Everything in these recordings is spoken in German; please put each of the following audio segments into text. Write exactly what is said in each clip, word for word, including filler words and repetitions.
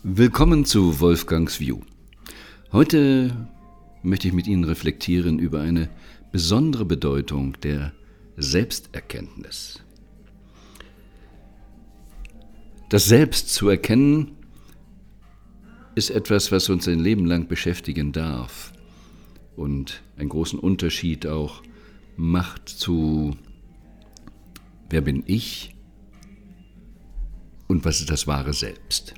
Willkommen zu Wolfgangs View. Heute möchte ich mit Ihnen reflektieren über eine besondere Bedeutung der Selbsterkenntnis. Das Selbst zu erkennen ist etwas, was uns ein Leben lang beschäftigen darf und einen großen Unterschied auch macht zu wer bin ich und was ist das wahre Selbst.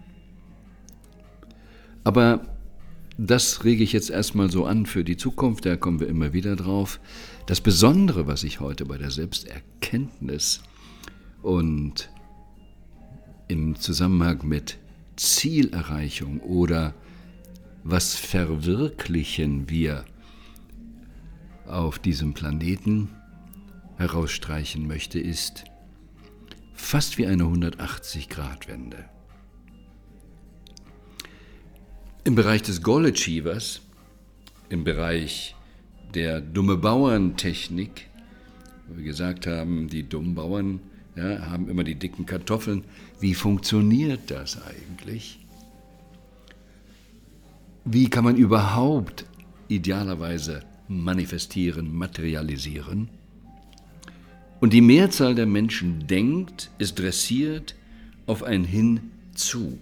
Aber das rege ich jetzt erstmal so an für die Zukunft, da kommen wir immer wieder drauf. Das Besondere, was ich heute bei der Selbsterkenntnis und im Zusammenhang mit Zielerreichung oder was verwirklichen wir auf diesem Planeten herausstreichen möchte, ist fast wie eine hundertachtzig-Grad-Wende. Im Bereich des Goal Achievers, im Bereich der dumme Bauern-Technik, wo wir gesagt haben, die dummen Bauern ja, haben immer die dicken Kartoffeln. Wie funktioniert das eigentlich? Wie kann man überhaupt idealerweise manifestieren, materialisieren? Und die Mehrzahl der Menschen denkt, ist dressiert auf ein Hinzu.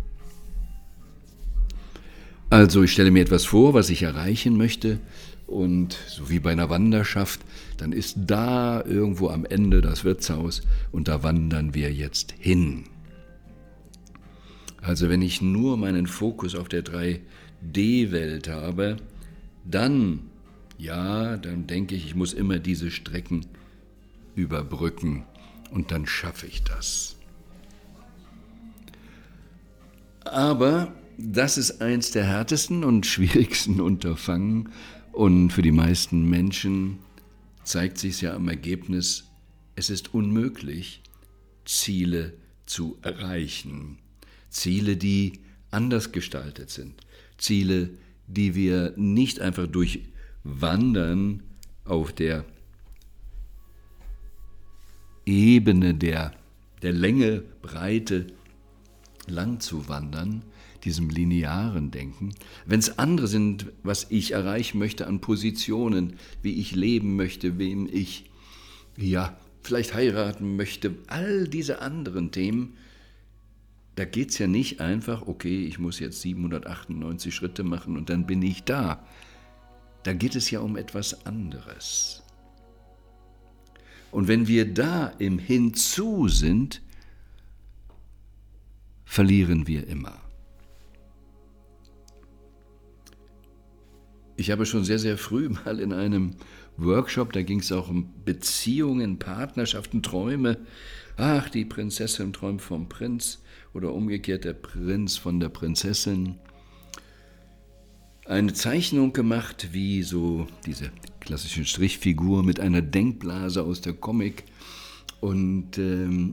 Also ich stelle mir etwas vor, was ich erreichen möchte und so wie bei einer Wanderschaft, dann ist da irgendwo am Ende das Wirtshaus und da wandern wir jetzt hin. Also wenn ich nur meinen Fokus auf der drei D Welt habe, dann, ja, dann denke ich, ich muss immer diese Strecken überbrücken und dann schaffe ich das. Aber das ist eins der härtesten und schwierigsten Unterfangen und für die meisten Menschen zeigt sich ja am Ergebnis, es ist unmöglich, Ziele zu erreichen. Ziele, die anders gestaltet sind. Ziele, die wir nicht einfach durchwandern auf der Ebene der, der Länge, Breite, lang zu wandern, diesem linearen Denken, wenn es andere sind, was ich erreichen möchte an Positionen, wie ich leben möchte, wem ich ja vielleicht heiraten möchte, all diese anderen Themen, da geht es ja nicht einfach, okay, ich muss jetzt siebenhundertachtundneunzig Schritte machen und dann bin ich da. Da geht es ja um etwas anderes. Und wenn wir da im Hinzu sind, verlieren wir immer. Ich habe schon sehr, sehr früh mal in einem Workshop, da ging es auch um Beziehungen, Partnerschaften, Träume. Ach, die Prinzessin träumt vom Prinz oder umgekehrt der Prinz von der Prinzessin. Eine Zeichnung gemacht, wie so diese klassischen Strichfigur mit einer Denkblase aus der Comic. Und ähm,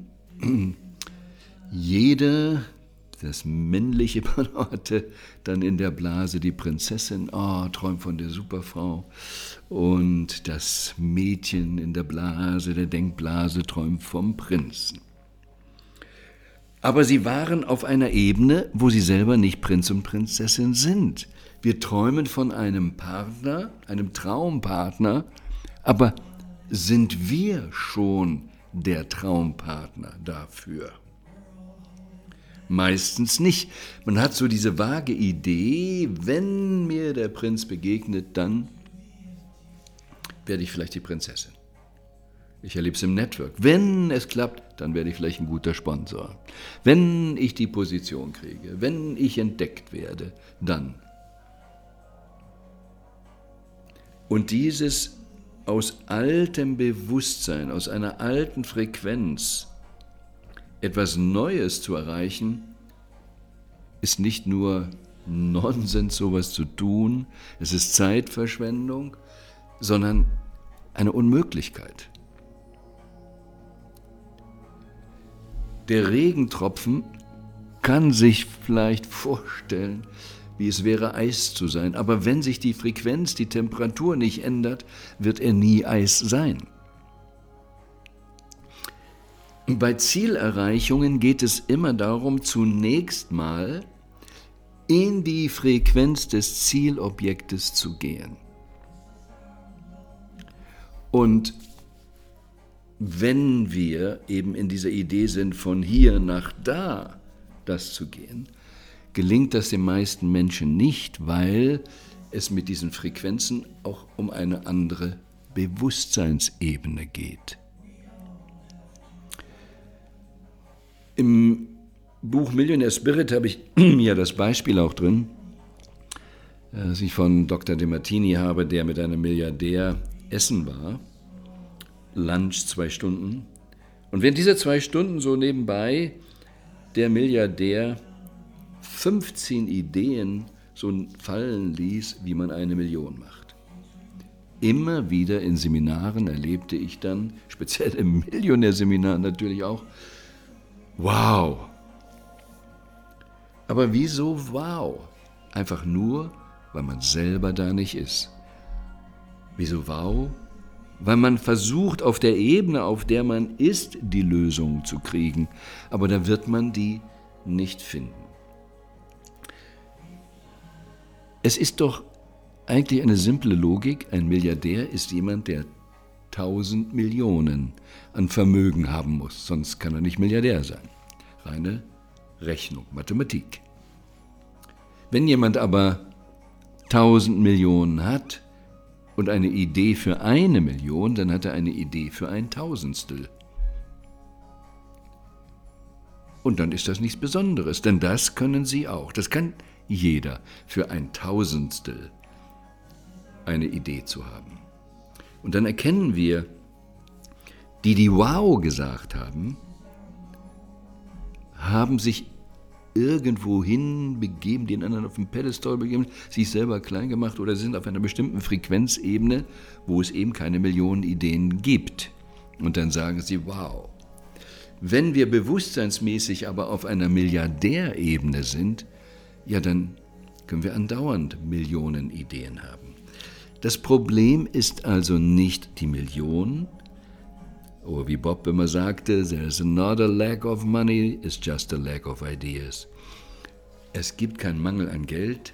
jede... Das männliche Paar hatte dann in der Blase die Prinzessin, oh, träumt von der Superfrau. Und das Mädchen in der Blase, der Denkblase, träumt vom Prinzen. Aber sie waren auf einer Ebene, wo sie selber nicht Prinz und Prinzessin sind. Wir träumen von einem Partner, einem Traumpartner, aber sind wir schon der Traumpartner dafür? Meistens nicht. Man hat so diese vage Idee, wenn mir der Prinz begegnet, dann werde ich vielleicht die Prinzessin. Ich erlebe es im Network. Wenn es klappt, dann werde ich vielleicht ein guter Sponsor. Wenn ich die Position kriege, wenn ich entdeckt werde, dann. Und dieses aus altem Bewusstsein, aus einer alten Frequenz, etwas Neues zu erreichen, ist nicht nur Nonsens, sowas zu tun, es ist Zeitverschwendung, sondern eine Unmöglichkeit. Der Regentropfen kann sich vielleicht vorstellen, wie es wäre, Eis zu sein, aber wenn sich die Frequenz, die Temperatur nicht ändert, wird er nie Eis sein. Bei Zielerreichungen geht es immer darum, zunächst mal in die Frequenz des Zielobjektes zu gehen. Und wenn wir eben in dieser Idee sind, von hier nach da das zu gehen, gelingt das den meisten Menschen nicht, weil es mit diesen Frequenzen auch um eine andere Bewusstseinsebene geht. Im Buch Millionaire Spirit habe ich ja das Beispiel auch drin, das ich von Doktor DeMartini habe, der mit einem Milliardär essen war. Lunch, zwei Stunden. Und während dieser zwei Stunden so nebenbei der Milliardär fünfzehn Ideen so fallen ließ, wie man eine Million macht. Immer wieder in Seminaren erlebte ich dann, speziell im Millionärseminar natürlich auch, wow. Aber wieso wow? Einfach nur, weil man selber da nicht ist. Wieso wow? Weil man versucht, auf der Ebene, auf der man ist, die Lösung zu kriegen. Aber da wird man die nicht finden. Es ist doch eigentlich eine simple Logik. Ein Milliardär ist jemand, der tausend Millionen an Vermögen haben muss. Sonst kann er nicht Milliardär sein. Reine Rechnung, Mathematik. Wenn jemand aber tausend Millionen hat und eine Idee für eine Million, dann hat er eine Idee für ein Tausendstel. Und dann ist das nichts Besonderes, denn das können Sie auch. Das kann jeder, für ein Tausendstel eine Idee zu haben. Und dann erkennen wir, die, die Wow gesagt haben, haben sich irgendwo hin begeben, den anderen auf den Pedestal begeben, sich selber klein gemacht oder sind auf einer bestimmten Frequenzebene, wo es eben keine Millionen Ideen gibt. Und dann sagen sie, wow. Wenn wir bewusstseinsmäßig aber auf einer Milliardärebene sind, ja, dann können wir andauernd Millionen Ideen haben. Das Problem ist also nicht die Million, oder wie Bob immer sagte, there's not a lack of money, it's just a lack of ideas. Es gibt keinen Mangel an Geld,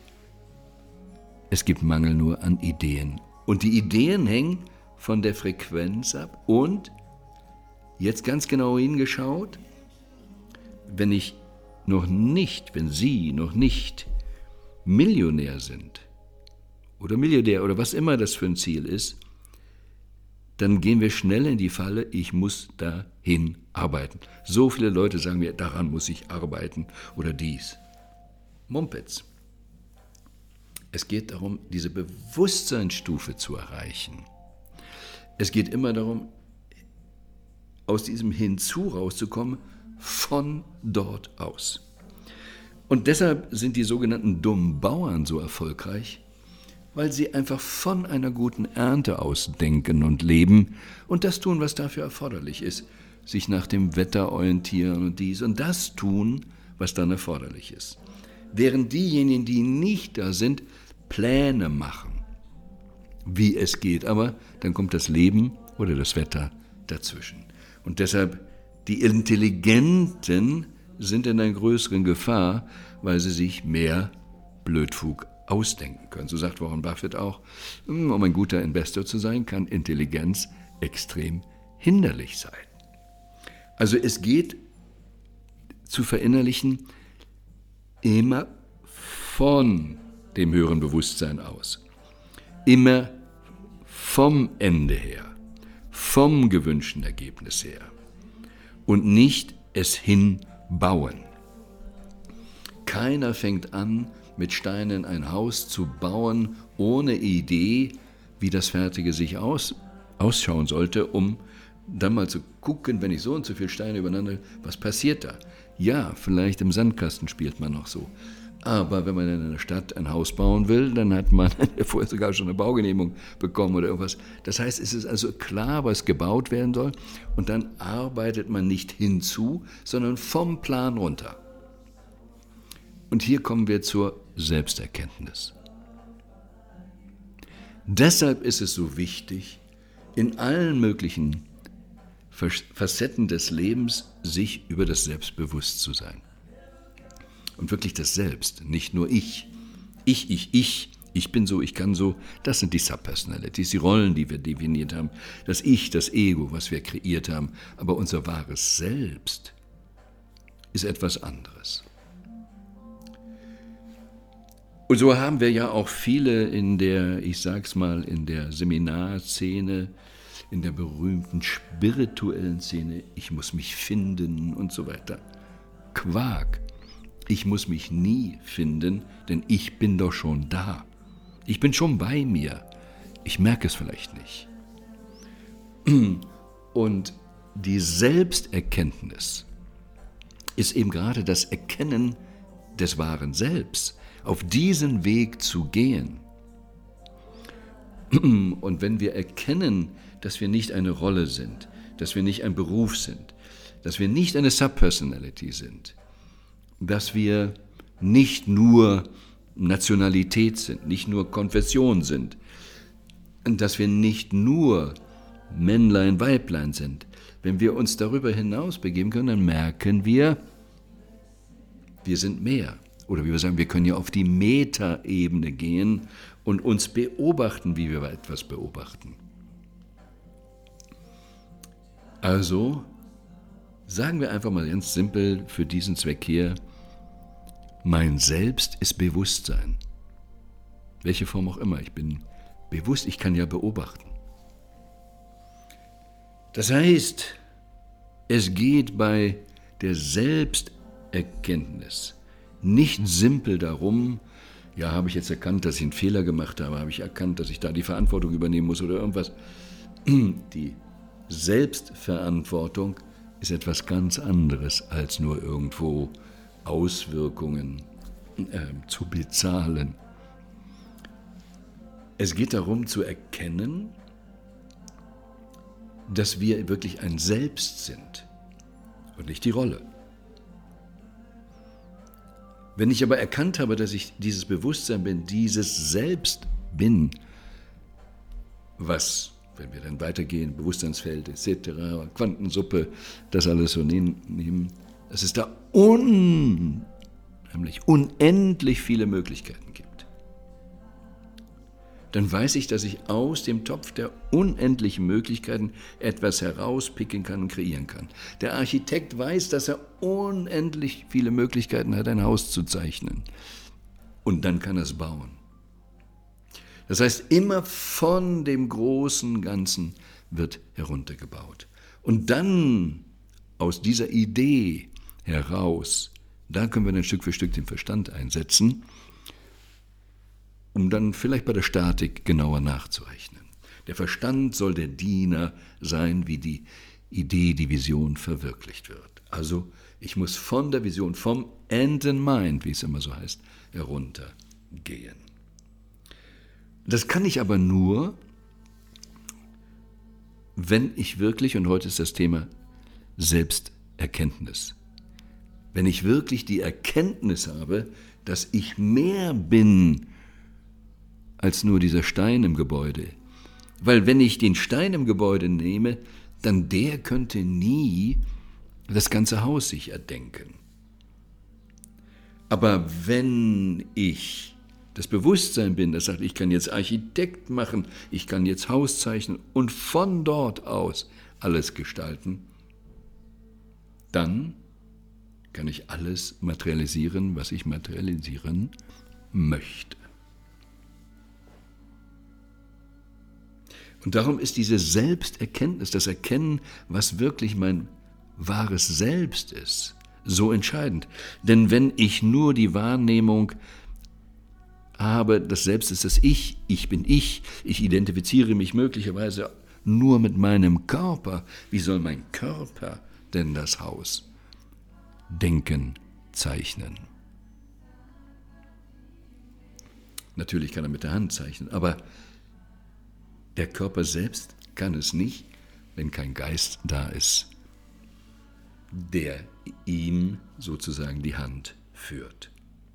es gibt Mangel nur an Ideen. Und die Ideen hängen von der Frequenz ab. Und, jetzt ganz genau hingeschaut, wenn ich noch nicht, wenn Sie noch nicht Millionär sind oder Milliardär oder was immer das für ein Ziel ist, dann gehen wir schnell in die Falle, ich muss dahin arbeiten. So viele Leute sagen mir, daran muss ich arbeiten oder dies. Mumpitz. Es geht darum, diese Bewusstseinsstufe zu erreichen. Es geht immer darum, aus diesem Hinzu rauszukommen, von dort aus. Und deshalb sind die sogenannten dummen Bauern so erfolgreich, weil sie einfach von einer guten Ernte aus denken und leben und das tun, was dafür erforderlich ist, sich nach dem Wetter orientieren und dies und das tun, was dann erforderlich ist. Während diejenigen, die nicht da sind, Pläne machen, wie es geht, aber dann kommt das Leben oder das Wetter dazwischen. Und deshalb, die Intelligenten sind in einer größeren Gefahr, weil sie sich mehr Blödfug ausdenken können. So sagt Warren Buffett auch, um ein guter Investor zu sein, kann Intelligenz extrem hinderlich sein. Also es geht zu verinnerlichen immer von dem höheren Bewusstsein aus. Immer vom Ende her, vom gewünschten Ergebnis her und nicht es hinbauen. Keiner fängt an, mit Steinen ein Haus zu bauen, ohne Idee, wie das Fertige sich aus, ausschauen sollte, um dann mal zu gucken, wenn ich so und so viele Steine übereinander, was passiert da? Ja, vielleicht im Sandkasten spielt man noch so. Aber wenn man in einer Stadt ein Haus bauen will, dann hat man vorher sogar schon eine Baugenehmigung bekommen oder irgendwas. Das heißt, es ist also klar, was gebaut werden soll. Und dann arbeitet man nicht hinzu, sondern vom Plan runter. Und hier kommen wir zur Selbsterkenntnis. Deshalb ist es so wichtig, in allen möglichen Facetten des Lebens, sich über das Selbst bewusst zu sein. Und wirklich das Selbst, nicht nur ich. Ich, ich, ich, ich bin so, ich kann so, das sind die Subpersonalities, die Rollen, die wir definiert haben. Das Ich, das Ego, was wir kreiert haben. Aber unser wahres Selbst ist etwas anderes. Und so haben wir ja auch viele in der, ich sag's mal, in der Seminarszene, in der berühmten spirituellen Szene, ich muss mich finden und so weiter. Quark. Ich muss mich nie finden, denn ich bin doch schon da. Ich bin schon bei mir. Ich merke es vielleicht nicht. Und die Selbsterkenntnis ist eben gerade das Erkennen des wahren Selbst, auf diesen Weg zu gehen. Und wenn wir erkennen, dass wir nicht eine Rolle sind, dass wir nicht ein Beruf sind, dass wir nicht eine Subpersonality sind, dass wir nicht nur Nationalität sind, nicht nur Konfession sind, dass wir nicht nur Männlein, Weiblein sind. Wenn wir uns darüber hinaus begeben können, dann merken wir, wir sind mehr. Oder wie wir sagen, wir können ja auf die Metaebene gehen und uns beobachten, wie wir etwas beobachten. Also sagen wir einfach mal ganz simpel für diesen Zweck hier, mein Selbst ist Bewusstsein. Welche Form auch immer. Ich bin bewusst, ich kann ja beobachten. Das heißt, es geht bei der Selbsterkenntnis nicht simpel darum, ja, habe ich jetzt erkannt, dass ich einen Fehler gemacht habe, habe ich erkannt, dass ich da die Verantwortung übernehmen muss oder irgendwas. Die Selbstverantwortung ist etwas ganz anderes, als nur irgendwo Auswirkungen äh, zu bezahlen. Es geht darum zu erkennen, dass wir wirklich ein Selbst sind und nicht die Rolle. Wenn ich aber erkannt habe, dass ich dieses Bewusstsein bin, dieses Selbst bin, was, wenn wir dann weitergehen, Bewusstseinsfeld et cetera, Quantensuppe, das alles so nehmen, dass es da unheimlich, unendlich viele Möglichkeiten gibt, dann weiß ich, dass ich aus dem Topf der unendlichen Möglichkeiten etwas herauspicken kann und kreieren kann. Der Architekt weiß, dass er unendlich viele Möglichkeiten hat, ein Haus zu zeichnen. Und dann kann er es bauen. Das heißt, immer von dem großen Ganzen wird heruntergebaut. Und dann aus dieser Idee heraus, da können wir dann Stück für Stück den Verstand einsetzen, um dann vielleicht bei der Statik genauer nachzurechnen. Der Verstand soll der Diener sein, wie die Idee, die Vision verwirklicht wird. Also ich muss von der Vision, vom End in Mind, wie es immer so heißt, heruntergehen. Das kann ich aber nur, wenn ich wirklich, und heute ist das Thema Selbsterkenntnis, wenn ich wirklich die Erkenntnis habe, dass ich mehr bin als nur dieser Stein im Gebäude. Weil wenn ich den Stein im Gebäude nehme, dann der könnte nie das ganze Haus sich erdenken. Aber wenn ich das Bewusstsein bin, das sagt, ich kann jetzt Architekt machen, ich kann jetzt Haus zeichnen und von dort aus alles gestalten, dann kann ich alles materialisieren, was ich materialisieren möchte. Und darum ist diese Selbsterkenntnis, das Erkennen, was wirklich mein wahres Selbst ist, so entscheidend. Denn wenn ich nur die Wahrnehmung habe, das Selbst ist das Ich, ich bin ich, ich identifiziere mich möglicherweise nur mit meinem Körper, wie soll mein Körper denn das Haus denken, zeichnen? Natürlich kann er mit der Hand zeichnen, aber der Körper selbst kann es nicht, wenn kein Geist da ist, der ihm sozusagen die Hand führt.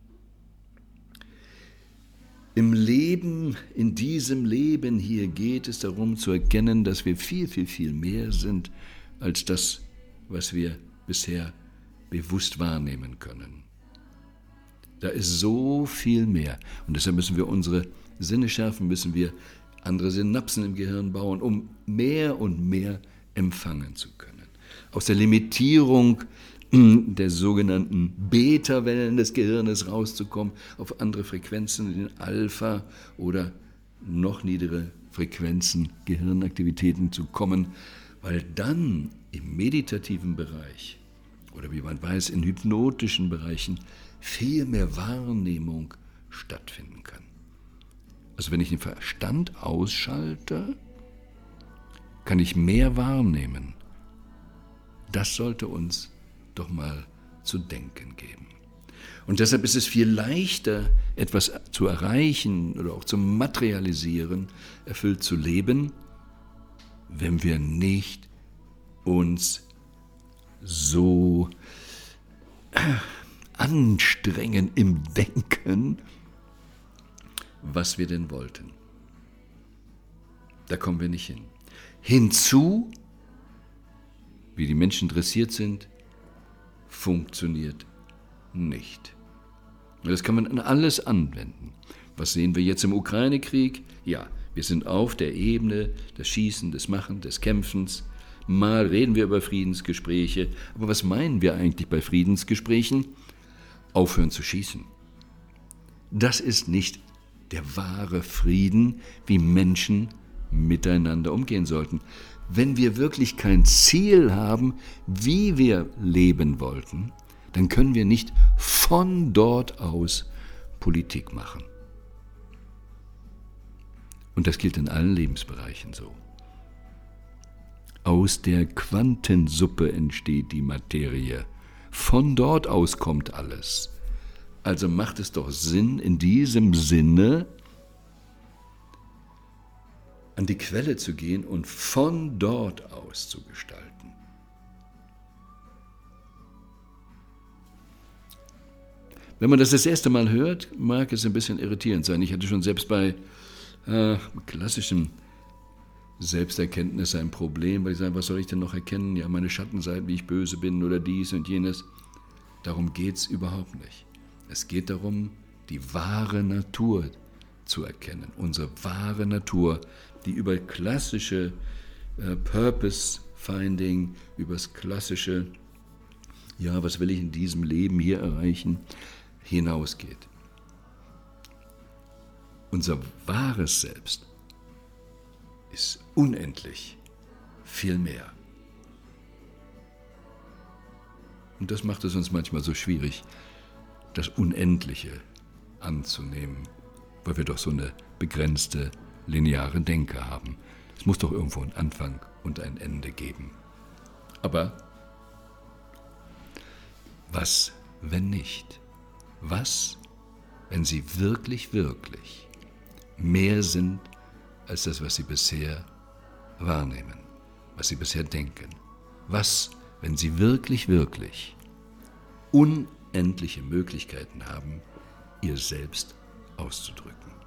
Im Leben, in diesem Leben hier geht es darum zu erkennen, dass wir viel, viel, viel mehr sind als das, was wir bisher bewusst wahrnehmen können. Da ist so viel mehr. Und deshalb müssen wir unsere Sinne schärfen, müssen wir andere Synapsen im Gehirn bauen, um mehr und mehr empfangen zu können. Aus der Limitierung der sogenannten Beta-Wellen des Gehirnes rauszukommen, auf andere Frequenzen, in den Alpha- oder noch niedere Frequenzen, Gehirnaktivitäten zu kommen, weil dann im meditativen Bereich oder wie man weiß, in hypnotischen Bereichen viel mehr Wahrnehmung stattfinden kann. Also wenn ich den Verstand ausschalte, kann ich mehr wahrnehmen. Das sollte uns doch mal zu denken geben. Und deshalb ist es viel leichter, etwas zu erreichen oder auch zu materialisieren, erfüllt zu leben, wenn wir nicht uns so anstrengen im Denken, was wir denn wollten. Da kommen wir nicht hin. Hinzu, wie die Menschen dressiert sind, funktioniert nicht. Das kann man an alles anwenden. Was sehen wir jetzt im Ukraine-Krieg? Ja, wir sind auf der Ebene des Schießen, des Machen, des Kämpfens. Mal reden wir über Friedensgespräche, aber was meinen wir eigentlich bei Friedensgesprächen? Aufhören zu schießen. Das ist nicht der wahre Frieden, wie Menschen miteinander umgehen sollten. Wenn wir wirklich kein Ziel haben, wie wir leben wollten, dann können wir nicht von dort aus Politik machen. Und das gilt in allen Lebensbereichen so. Aus der Quantensuppe entsteht die Materie. Von dort aus kommt alles. Also macht es doch Sinn, in diesem Sinne an die Quelle zu gehen und von dort aus zu gestalten. Wenn man das das erste Mal hört, mag es ein bisschen irritierend sein. Ich hatte schon selbst bei äh, klassischen Selbsterkenntnis ein Problem, weil ich sage, was soll ich denn noch erkennen? Ja, meine Schattenseiten, wie ich böse bin oder dies und jenes. Darum geht es überhaupt nicht. Es geht darum, die wahre Natur zu erkennen. Unsere wahre Natur, die über klassische äh, Purpose-Finding, über das klassische, ja, was will ich in diesem Leben hier erreichen, hinausgeht. Unser wahres Selbst ist unendlich viel mehr. Und das macht es uns manchmal so schwierig, das Unendliche anzunehmen, weil wir doch so eine begrenzte, lineare Denke haben. Es muss doch irgendwo einen Anfang und ein Ende geben. Aber was, wenn nicht? Was, wenn sie wirklich, wirklich mehr sind als das, was sie bisher wahrnehmen, was sie bisher denken? Was, wenn sie wirklich, wirklich unendliche Möglichkeiten haben, ihr Selbst auszudrücken?